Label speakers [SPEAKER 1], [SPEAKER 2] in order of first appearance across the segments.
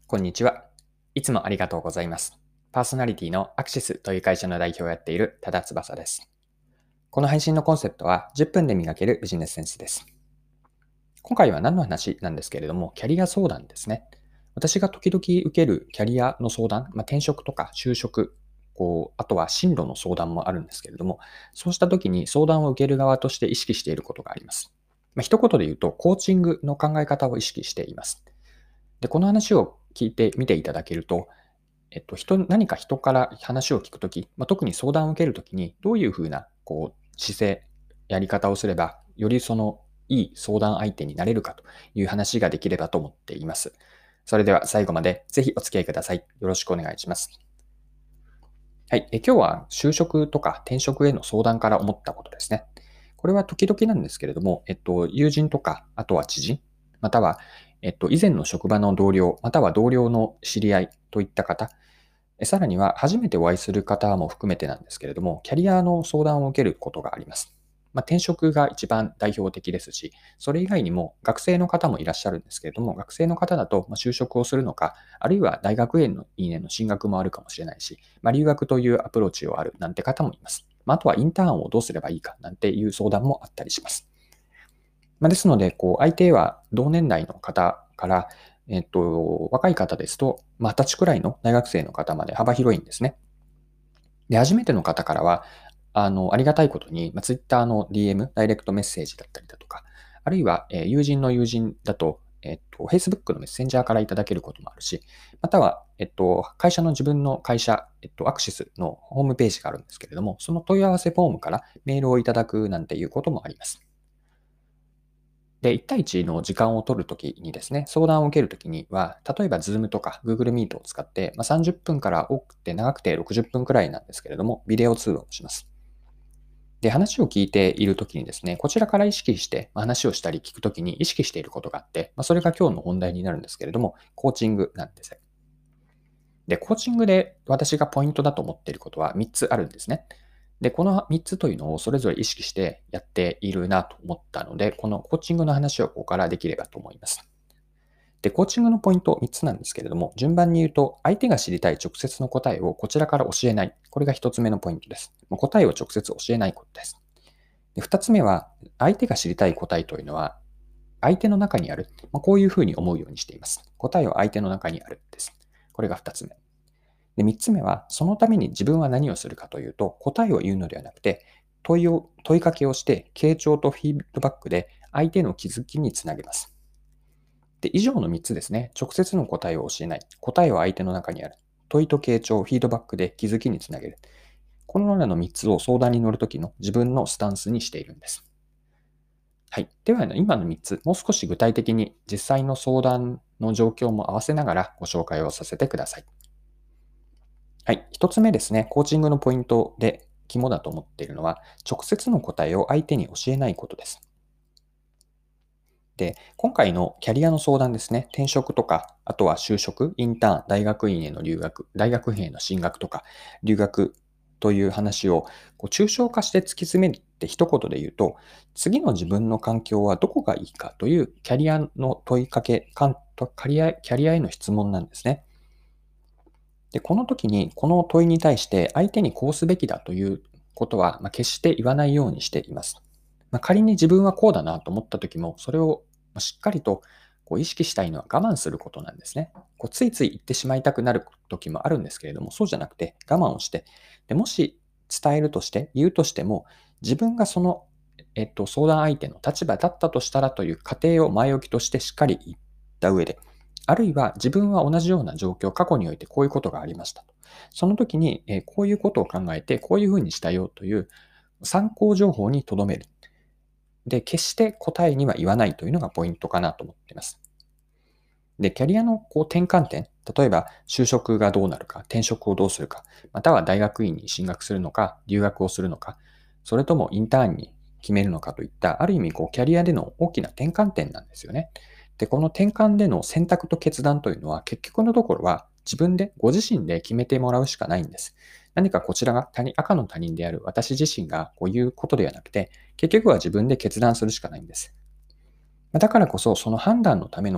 [SPEAKER 1] こんにちは。いつもありがとうございます。パーソナリティのアクシスという会社の代表をやっている多田翼です。この配信のコンセプトは10分で磨けるビジネスセンスです。今回は何の話なんですけれども、キャリア相談ですね。私が時々受けるキャリアの相談、転職とか就職、あとは進路の相談もあるんですけれども、そうした時に相談を受ける側として意識していることがあります。一言で言うと、コーチングの考え方を意識しています。で、この話を聞いてみていただけると、何か人から話を聞くとき、特に相談を受けるときに、どういうふうな、姿勢、やり方をすれば、よりいい相談相手になれるかという話ができればと思っています。それでは最後までぜひお付き合いください。よろしくお願いします。はい。今日は就職とか転職への相談から思ったことですね。これは時々なんですけれども、友人とか、あとは知人、または、以前の職場の同僚、または同僚の知り合いといった方、さらには初めてお会いする方も含めてなんですけれども、キャリアの相談を受けることがあります。転職が一番代表的ですし、それ以外にも学生の方もいらっしゃるんですけれども、学生の方だと就職をするのか、あるいは大学院の2年の進学もあるかもしれないし、留学というアプローチをあるなんて方もいます。あとはインターンをどうすればいいかなんていう相談もあったりします。ですので、相手は同年代の方から、若い方ですと、20歳くらいの大学生の方まで幅広いんですね。で、初めての方からは、ありがたいことに、Twitter の DM、ダイレクトメッセージだったりだとか、あるいは、友人の友人だと、Facebook のメッセンジャーからいただけることもあるし、または、会社の自分の会社、アクシスのホームページがあるんですけれども、その問い合わせフォームからメールをいただくなんていうこともあります。で、1対1の時間を取るときにですね、相談を受けるときには、例えば Zoom とか Google Meet を使って、30分から多くて長くて60分くらいなんですけれども、ビデオ通話をします。で、話を聞いているときにですね、こちらから意識して、話をしたり聞くときに意識していることがあって、それが今日の本題になるんですけれども、コーチングなんです。で、コーチングで私がポイントだと思っていることは3つあるんですね。で、この3つというのをそれぞれ意識してやっているなと思ったので、このコーチングの話をここからできればと思います。で、コーチングのポイント3つなんですけれども、順番に言うと、相手が知りたい直接の答えをこちらから教えない。これが1つ目のポイントです。答えを直接教えないことです。で、2つ目は、相手が知りたい答えというのは、相手の中にある。こういうふうに思うようにしています。答えは相手の中にあるです。これが2つ目。で、3つ目は、そのために自分は何をするかというと、答えを言うのではなくて、問いかけをして、傾聴とフィードバックで相手の気づきにつなげます。で、以上の3つですね。直接の答えを教えない。答えは相手の中にある。問いと傾聴、フィードバックで気づきにつなげる。このような3つを相談に乗るときの自分のスタンスにしているんです。はい。では、今の3つ、もう少し具体的に実際の相談の状況も合わせながらご紹介をさせてください。はい。1つ目ですね。コーチングのポイントで肝だと思っているのは、直接の答えを相手に教えないことです。で、今回のキャリアの相談ですね。転職とか、あとは就職、インターン、大学院への留学、大学院への進学とか、留学という話を抽象化して突き詰めるって一言で言うと、次の自分の環境はどこがいいかというキャリアの問いかけ、キャリアへの質問なんですね。で、この時にこの問いに対して相手にこうすべきだということは、決して言わないようにしています。仮に自分はこうだなと思った時も、それをしっかりと意識したいのは我慢することなんですね。ついつい言ってしまいたくなる時もあるんですけれども、そうじゃなくて我慢をして、でもし伝えるとして、言うとしても、自分がその、相談相手の立場だったとしたらという過程を前置きとしてしっかり言った上で、あるいは自分は同じような状況、過去においてこういうことがありましたと。その時に、こういうことを考えて、こういうふうにしたよという参考情報に留める。で、決して答えには言わないというのがポイントかなと思っています。で、キャリアの転換点、例えば就職がどうなるか、転職をどうするか、または大学院に進学するのか、留学をするのか、それともインターンに決めるのかといった、ある意味キャリアでの大きな転換点なんですよね。で、この転換での選択と決断というのは、結局のところは自分で、ご自身で決めてもらうしかないんです。何かこちらが赤の他人である私自身が言うことではなくて、結局は自分で決断するしかないんです。だからこそ、その判断のための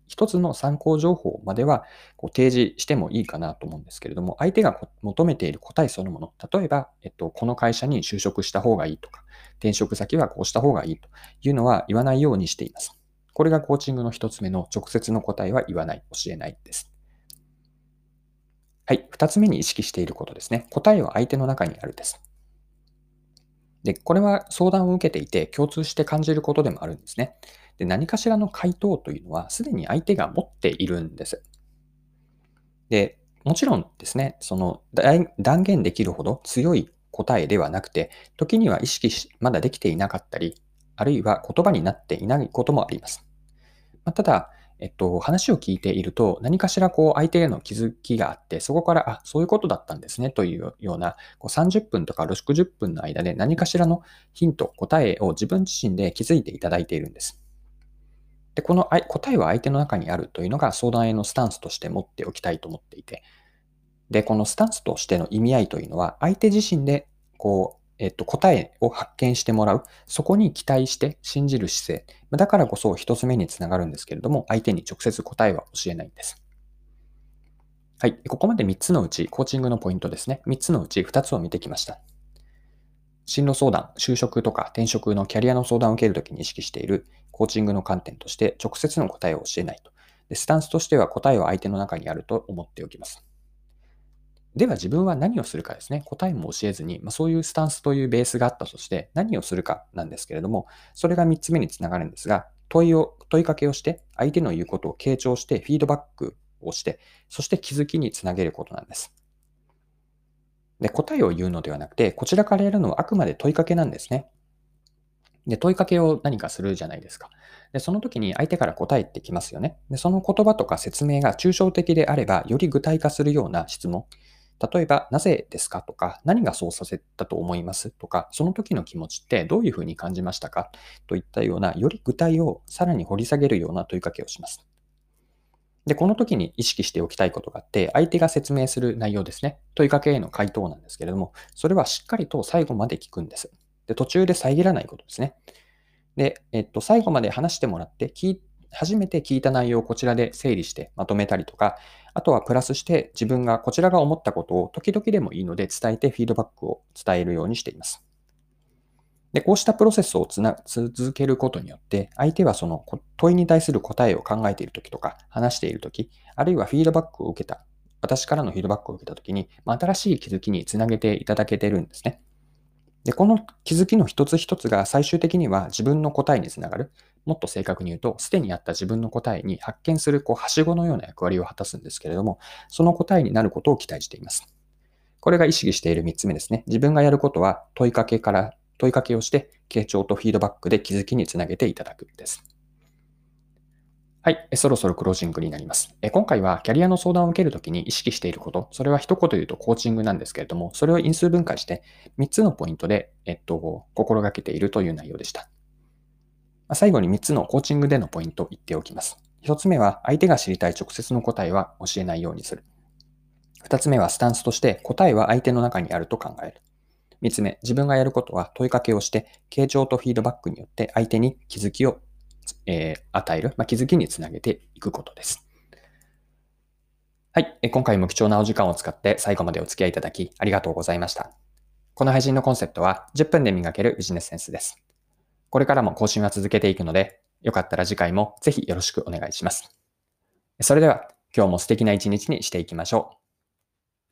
[SPEAKER 1] 一つの参考情報までは提示してもいいかなと思うんですけれども、相手が求めている答えそのもの、例えば、この会社に就職した方がいいとか、転職先はこうした方がいいというのは言わないようにしています。これがコーチングの一つ目の直接の答えは言わない、教えないです。はい。二つ目に意識していることですね。答えは相手の中にあるです。で、これは相談を受けていて共通して感じることでもあるんですね。で、何かしらの回答というのはすでに相手が持っているんです。で、もちろんですね、断言できるほど強い答えではなくて、時にはまだできていなかったり、あるいは言葉になっていないこともあります。ただ、話を聞いていると、何かしら相手への気づきがあって、そこから、あ、そういうことだったんですね、というような、30分とか60分の間で何かしらのヒント、答えを自分自身で気づいていただいているんです。で、この答えは相手の中にあるというのが相談へのスタンスとして持っておきたいと思っていて、で、このスタンスとしての意味合いというのは、相手自身で、答えを発見してもらう。そこに期待して信じる姿勢。だからこそ一つ目につながるんですけれども、相手に直接答えは教えないんです。はい。ここまで3つのうち、コーチングのポイントですね。3つのうち2つを見てきました。進路相談、就職とか転職のキャリアの相談を受けるときに意識しているコーチングの観点として、直接の答えを教えないと。で、スタンスとしては答えは相手の中にあると思っておきます。では自分は何をするかですね。答えも教えずに、そういうスタンスというベースがあったとして何をするかなんですけれども、それが3つ目につながるんですが、問いかけをして、相手の言うことを傾聴してフィードバックをして、そして気づきにつなげることなんです。で、答えを言うのではなくて、こちらからやるのはあくまで問いかけなんですね。で、問いかけを何かするじゃないですか。で、その時に相手から答えてきますよね。で、その言葉とか説明が抽象的であれば、より具体化するような質問。例えば、なぜですかとか、何がそうさせたと思いますとか、その時の気持ちってどういうふうに感じましたかといったような、より具体をさらに掘り下げるような問いかけをします。で、この時に意識しておきたいことがあって、相手が説明する内容ですね。問いかけへの回答なんですけれども、それはしっかりと最後まで聞くんです。で、途中で遮らないことですね。で、最後まで話してもらって、初めて聞いた内容をこちらで整理してまとめたりとか、あとはプラスして自分がこちらが思ったことを時々でもいいので伝えてフィードバックを伝えるようにしています。で、こうしたプロセスを続けることによって、相手はその問いに対する答えを考えているときとか、話しているとき、あるいはフィードバックを受けた、私からのフィードバックを受けたときに、新しい気づきにつなげていただけているんですね。で、この気づきの一つ一つが最終的には自分の答えにつながる。もっと正確に言うと、すでにあった自分の答えに発見するはしごのような役割を果たすんですけれども、その答えになることを期待しています。これが意識している3つ目ですね。自分がやることは問いかけをして、傾聴とフィードバックで気づきにつなげていただくです。はい。そろそろクロージングになります。今回はキャリアの相談を受けるときに意識していること、それは一言言うとコーチングなんですけれども、それを因数分解して3つのポイントで、心がけているという内容でした。最後に3つのコーチングでのポイントを言っておきます。1つ目は相手が知りたい直接の答えは教えないようにする。2つ目はスタンスとして答えは相手の中にあると考える。3つ目、自分がやることは問いかけをして、傾聴とフィードバックによって相手に気づきを、与える、気づきにつなげていくことです。はい。今回も貴重なお時間を使って最後までお付き合いいただきありがとうございました。この配信のコンセプトは10分で磨けるビジネスセンスです。これからも更新は続けていくので、よかったら次回もぜひよろしくお願いします。それでは今日も素敵な一日にしていきましょう。